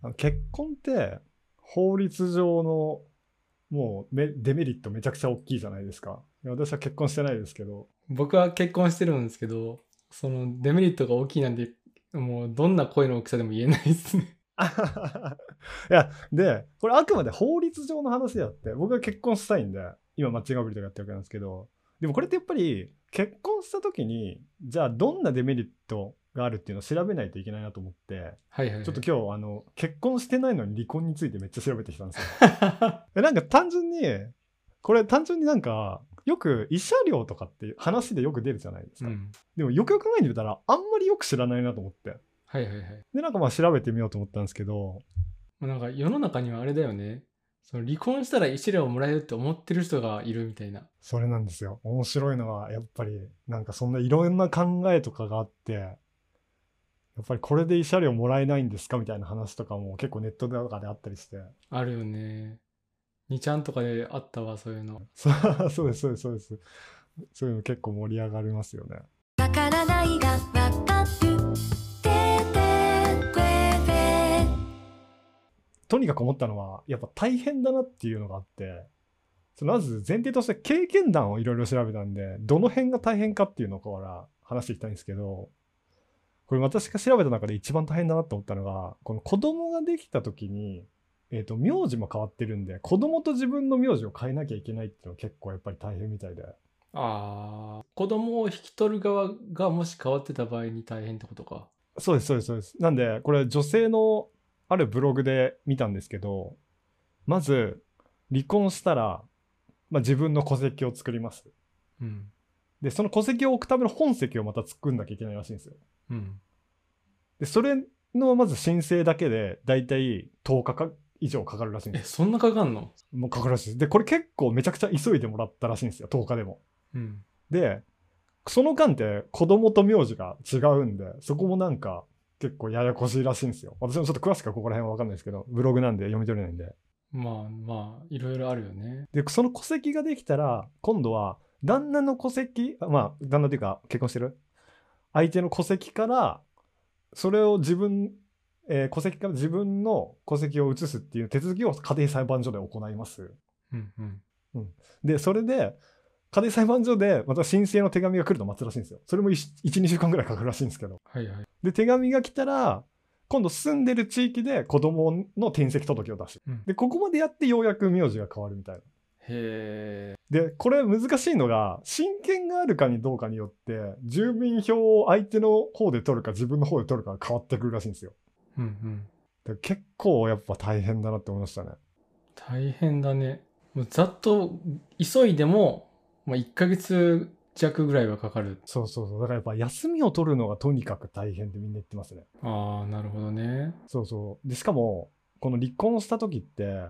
結婚って法律上のもうデメリットめちゃくちゃ大きいじゃないですか。いや私は結婚してないですけど。 僕は結婚してるんですけど、そのデメリットが大きいなんて、もうどんな声の大きさでも言えないですね。 いや、で、これあくまで法律上の話であって、僕は結婚したいんで、今マッチングアプリとかやってるわけなんですけど、でもこれってやっぱり結婚した時に、じゃあどんなデメリットがあるっていうのを調べないといけないなと思って、 はいはいはい。 ちょっと今日結婚してないのに離婚についてめっちゃ調べてきたんですよ。なんか単純に、これ単純になんか、よく慰謝料とかって話でよく出るじゃないですか。 うん。 でもよくよく考えてみたら、あんまりよく知らないなと思って。 はいはいはい。 で、なんかまあ調べてみようと思ったんですけど、 なんか世の中にはあれだよね。その離婚したら慰謝料をもらえるって思ってる人がいるみたいな。 それなんですよ。面白いのは、やっぱり、なんかそんないろんな考えとかがあって、やっぱりこれで慰謝料もらえないんですかみたいな話とかも結構ネットとかであったりして。 あるよね。2ちゃんとかであったわ、そういうの。 そうです、そうです、そうです。そういうの結構盛り上がりますよね。 わからないがわかるててくれてとにかく思ったのは、やっぱ大変だなっていうのがあって、まず前提として経験談をいろいろ調べたんで、どの辺が大変かっていうのから話していきたいんですけど、これ私が調べた中で一番大変だなと思ったのが、この子供ができた時に、名字も変わってるんで、子供と自分の名字を変えなきゃいけないっていうのは結構やっぱり大変みたいで。 ああ、子供を引き取る側がもし変わってた場合に大変ってことか。 そうです、そうです、そうです。なんで、これ女性のあるブログで見たんですけど、まず、離婚したら、自分の戸籍を作ります。 うん。 で、その戸籍を置くための本籍をまた作んなきゃいけないらしいんですよ。 うん。 で、それのまず申請だけで、だいたい10日か以上かかるらしいんですよ。 そんなかかんの？ もうかかるらしいです。で、これ結構めちゃくちゃ急いでもらったらしいんですよ、10日でも。 うん。 で、その間って子供と名字が違うんで、そこもなんか結構ややこしいらしいんですよ。私もちょっと詳しくはここら辺は分かんないですけど、ブログなんで読み取れないんで。 まあまあ、いろいろあるよね。 で、その戸籍ができたら、今度は旦那の戸籍、旦那というか結婚してる相手の戸籍から、それを戸籍から自分の戸籍を移すっていう手続きを家庭裁判所で行います。 うんうん。 うん、で、それで、家庭裁判所でまた申請の手紙が来るのを待つらしいんですよ。それも1、2週間ぐらいかかるらしいんですけど。 はいはい。 で、手紙が来たら、今度住んでる地域で子供の転籍届を出す。 うん。 で、ここまでやってようやく名字が変わるみたいな。 へえ。 で、これ難しいのが、親権があるかにどうかによって、住民票を相手の方で取るか自分の方で取るかが変わってくるらしいんですよ。 うんうん。 で結構やっぱ大変だなって思いましたね。 大変だね。もうざっと急いでも、まあ、1ヶ月弱ぐらいはかかる。 そうそうそう。だからやっぱ休みを取るのがとにかく大変ってみんな言ってますね。 ああ、なるほどね。 そうそう。で、しかも、この離婚した時って、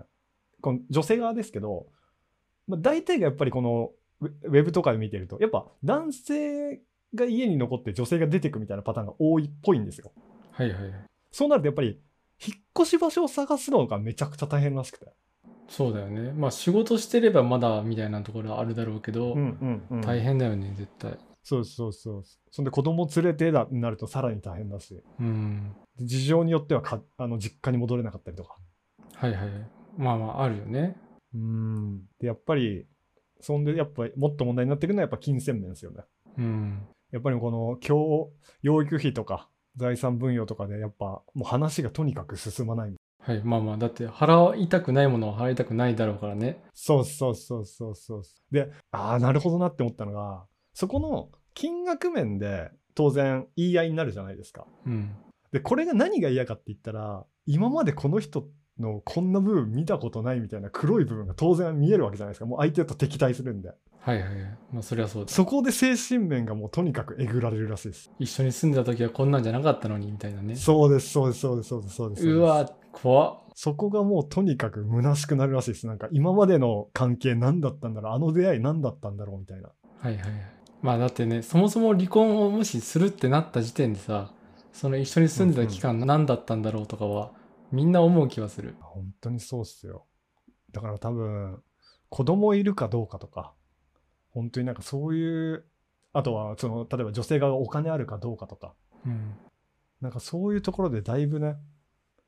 この女性側ですけど、大体がやっぱりこのウェブとかで見てると、やっぱ男性が家に残って女性が出てくみたいなパターンが多いっぽいんですよ。 はいはいはい。 そうなるとやっぱり、引っ越し場所を探すのがめちゃくちゃ大変らしくて。 そうだよね。まあ仕事してればまだみたいなところはあるだろうけど、 うんうんうん。 大変だよね、絶対。 そうそうそう。そんで子供連れてだになるとさらに大変だし、 うん。 事情によっては実家に戻れなかったりとか。 はいはい。まあまあ、あるよね。 で、やっぱり、そんでやっぱりもっと問題になってくるのはやっぱ金銭面ですよね。 うん。 やっぱりこの養育費とか財産分与とかでやっぱもう話がとにかく進まない。 はい。まあまあ、だって払いたくないものは払いたくないだろうからね。 そうそうそうそうそう。で、なるほどなって思ったのが、そこの金額面で当然言い合いになるじゃないですか。 うん。 で、これが何が嫌かって言ったら、今までこの人のこんな部分見たことないみたいな黒い部分が当然見えるわけじゃないですか。もう相手と敵対するんで。 はいはいはい。まあそりゃそうだ。 そこで精神面がもうとにかくえぐられるらしいです。 一緒に住んでた時はこんなんじゃなかったのに、みたいなね。 そうです、そうです、そうです、そうです、そうです。 うわ、怖っ。 そこがもうとにかく虚しくなるらしいです。なんか今までの関係何だったんだろう、あの出会い何だったんだろうみたいな。 はいはいはい。まあだってね、そもそも離婚をもしするってなった時点でさ、その一緒に住んでた期間何だったんだろうとかは、みんな思う気はする。 本当にそうっすよ。だから多分、子供いるかどうかとか、本当になんかそういう、あとは例えば女性がお金あるかどうかとか、 うん。 なんかそういうところでだいぶね、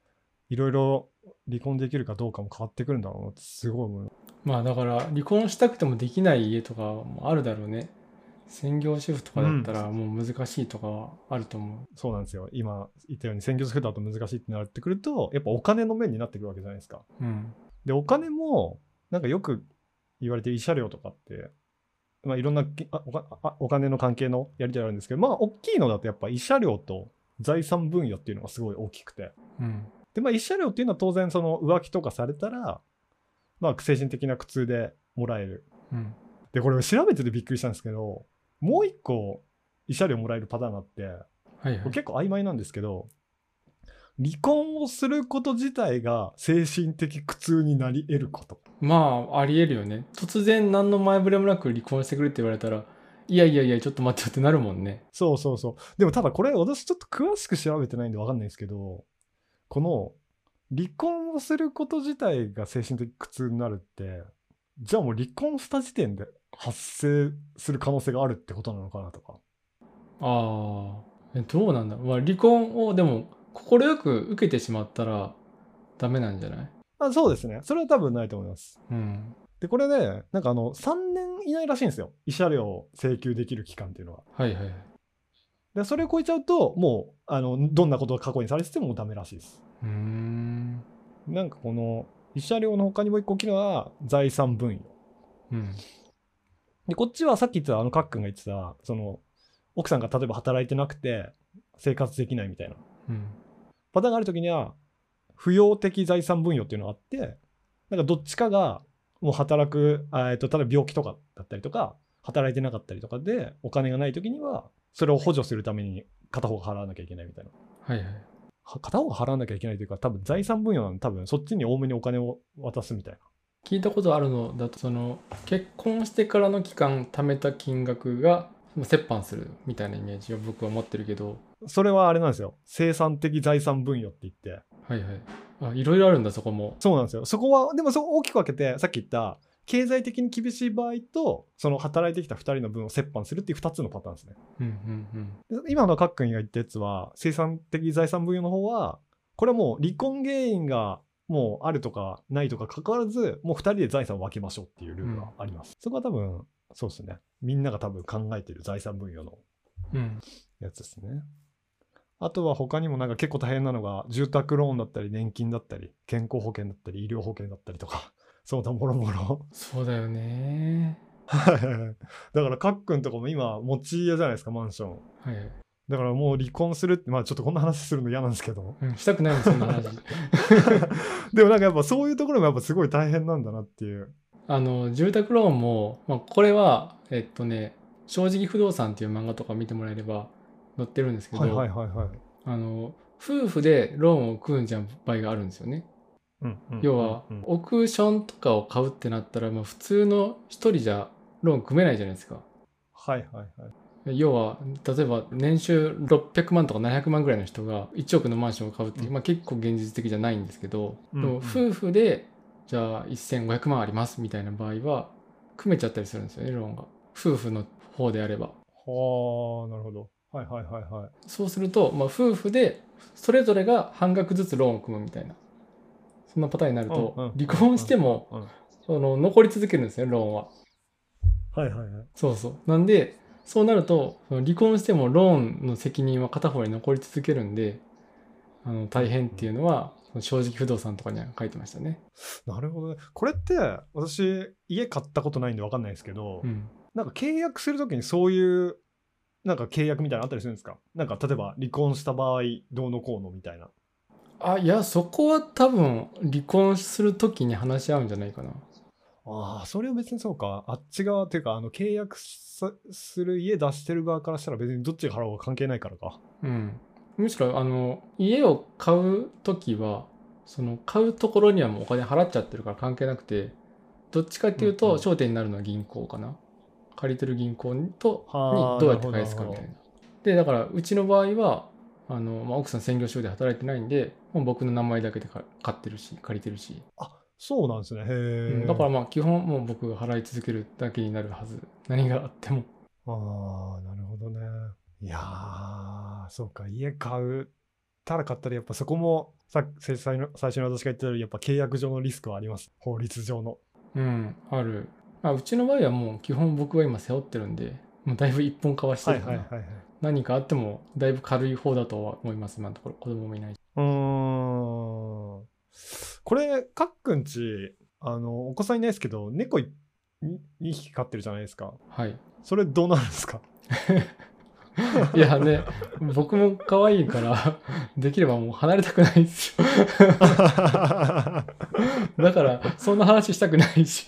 いろいろ離婚できるかどうかも変わってくるんだろうなってすごい思う。 まあだから離婚したくてもできない家とかもあるだろうね。専業主婦とかだったらもう難しいとかはあると思そうなんですよ。今言ったように専業主婦だと難しいってなってくると、やっぱお金の面になってくるわけじゃないですか。 う。うん。 で、お金も、なんかよく言われてる慰謝料とかって、まあいろんなお金の関係のやり取りあるんですけど、まあ大きいのだとやっぱ慰謝料と財産分与っていうのがすごい大きくて。 うん。 で、まあ慰謝料っていうのは当然その浮気とかされたら、まあ精神的な苦痛でもらえる。 うん。 で、これ調べててびっくりしたんですけど、もう一個慰謝料もらえるパターンがあって、 はいはい。 結構曖昧なんですけど、離婚をすること自体が精神的苦痛になり得ること。 まあありえるよね。突然何の前触れもなく離婚してくれって言われたら、いやいやいやちょっと待ってよってなるもんね。 そうそうそう。でもただこれ私ちょっと詳しく調べてないんで分かんないんですけど、この離婚をすること自体が精神的苦痛になるって、じゃあもう離婚した時点で発生する可能性があるってことなのかなとか。 ああ、どうなんだろう。まあ離婚をでも快く受けてしまったらダメなんじゃない？ あ、そうですね。それは多分ないと思います。 うん。 で、これで、なんか3年以内らしいんですよ。慰謝料を請求できる期間っていうのは。 はいはいはい。 で、それを超えちゃうと、もう、どんなことを過去にされててもダメらしいです。なんかこの、慰謝料の他にもう一個大きいのは、財産分与。 うん。 で、こっちはさっき言ってたかっくんが言ってた、奥さんが例えば働いてなくて、生活できないみたいな。 うん。 パターンがあるときには、扶養的財産分与っていうのがあって、なんかどっちかが、もう働く、例えば病気とかだったりとか、働いてなかったりとかで、お金がないときには、それを補助するために片方が払わなきゃいけないみたいな。 はいはい。 片方が払わなきゃいけないというか、多分財産分与なので、多分そっちに多めにお金を渡すみたいな。 聞いたことあるのだと、結婚してからの期間貯めた金額が折半するみたいなイメージを僕は持ってるけど。 それはあれなんですよ。生産的財産分与って言って。 はいはい。あ、いろいろあるんだ、そこも。 そうなんですよ。そこは、でもそこ大きく分けて、さっき言った、経済的に厳しい場合と、その働いてきた2人の分を折半するっていう2つのパターンですね。 うんうんうん。 今のかっくんが言ったやつは、生産的財産分与の方は、これはもう離婚原因がもうあるとかないとか関わらず、もう2人で財産を分けましょうっていうルールがあります。そこは多分、そうですね。みんなが多分考えてる財産分与のやつですね。あとは他にもなんか結構大変なのが、住宅ローンだったり、年金だったり、健康保険だったり、医療保険だったりとか、その他もろもろ。 そうだよね。 だからかっくんとかも今持ち家じゃないですか、マンション。 はいはい。 だからもう離婚するって、まあちょっとこんな話するの嫌なんですけど。 うん、したくないもん、そんな話。 でもなんかやっぱそういうところもやっぱすごい大変なんだなっていう。 住宅ローンも、まあ、これは、正直不動産っていう漫画とか見てもらえれば載ってるんですけど、 はいはいはいはい。 夫婦でローンを組んじゃう場合があるんですよね。要は、オークションとかを買うってなったら、まあ、普通の一人じゃローン組めないじゃないですか。 はいはいはい。 要は、例えば年収600万とか700万ぐらいの人が1億のマンションを買うって、まあ、結構現実的じゃないんですけど、でも夫婦でじゃあ1500万ありますみたいな場合は組めちゃったりするんですよね、ローンが。夫婦の方であれば。 はあ、なるほど。はいはいはいはい。 そうすると、まあ、夫婦でそれぞれが半額ずつローンを組むみたいな、そんなパターンになると、離婚しても残り続けるんですね、ローンは。 はいはいはい。 そうそう。なんで、そうなると、離婚してもローンの責任は片方に残り続けるんで、大変っていうのは、正直不動産とかには書いてましたね。 なるほどね。これって、私、家買ったことないんで分かんないですけど、なんか契約するときにそういう、なんか契約みたいなのあったりするんですか？なんか例えば離婚した場合、どうのこうのみたいな。 いや、そこは多分、離婚するときに話し合うんじゃないかな。 ああ、それは別にそうか。あっち側っていうか、契約する家出してる側からしたら別にどっちが払おうが関係ないからか。 むしろ、家を買うときは、買うところにはもうお金払っちゃってるから関係なくて、どっちかっていうと、焦点になるのは銀行かな。借りてる銀行にどうやって返すかみたいな。で、だから、うちの場合は、まあ、奥さん専業主婦で働いてないんで、もう僕の名前だけで買ってるし、借りてるし。 あ、そうなんですね。へえ。 だからまあ基本もう僕が払い続けるだけになるはず。何があっても。 ああ、なるほどね。いやー、そうか、家買うったら買ったらやっぱそこも最初の私が言ったようにやっぱ契約上のリスクはあります。法律上の。 ある。うちの場合はもう基本僕は今背負ってるんで、もうだいぶ一本化はしてるかな。何かあってもだいぶ軽い方だとは思います、今のところ。子供もいない。 これ、かっくんち、お子さんいないですけど、猫2匹飼ってるじゃないですか。 はい。 それどうなるんですか？ いやね、僕も可愛いから、できればもう離れたくないんですよ。だから、そんな話したくないし。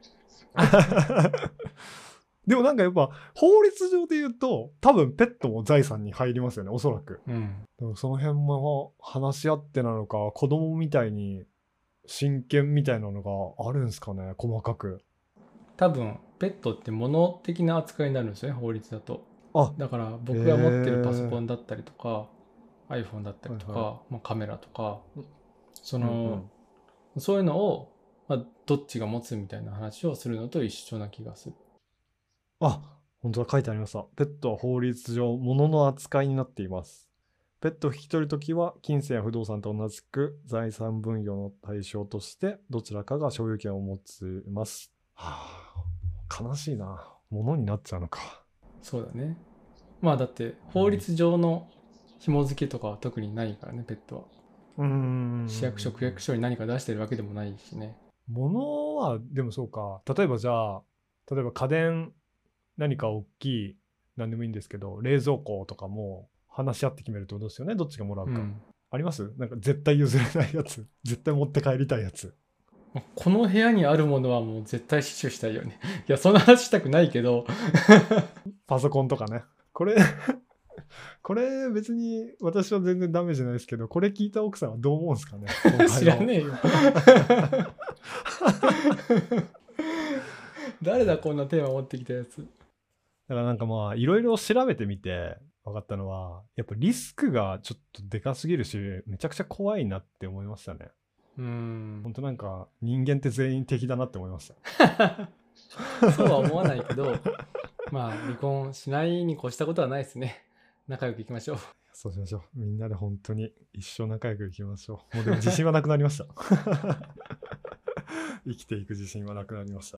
でもなんかやっぱ法律上で言うと多分ペットも財産に入りますよね、おそらく。でもその辺も話し合ってなのか、子供みたいに親権みたいなのがあるんですかね、細かく。 多分ペットって物的な扱いになるんですよね、法律だと。だから僕が持ってるパソコンだったりとか、iPhone だったりとか、カメラとか、そういうのを、どっちが持つみたいな話をするのと一緒な気がする。 本当だ、書いてありました。ペットは法律上物の扱いになっています。ペットを引き取るときは金銭や不動産と同じく財産分与の対象としてどちらかが所有権を持ちます。悲しいな。物になっちゃうのか。 そうだね。だって法律上の紐付けとかは特にないからね、ペットは。市役所区役所に何か出してるわけでもないしね。 物はでもそうか。例えば家電何か大きい何でもいいんですけど、冷蔵庫とかも話し合って決めるってことですよね。どっちがもらうか。あります？なんか絶対譲れないやつ。絶対持って帰りたいやつ。 この部屋にあるものはもう絶対死守したいよね。いや、そんな話したくないけど。 パソコンとかね。これ別に私は全然ダメじゃないですけど、これ聞いた奥さんはどう思うんですかね。 知らねえよ。誰だこんなテーマ持ってきたやつ。 だからなんかいろいろ調べてみて分かったのは、やっぱリスクがちょっとでかすぎるし、めちゃくちゃ怖いなって思いましたね。本当なんか人間って全員敵だなって思いました。 そうは思わないけど、離婚しないに越したことはないですね。仲良くいきましょう。 そうしましょう。みんなで本当に一生仲良くいきましょう。もうでも自信はなくなりました。生きていく自信はなくなりました。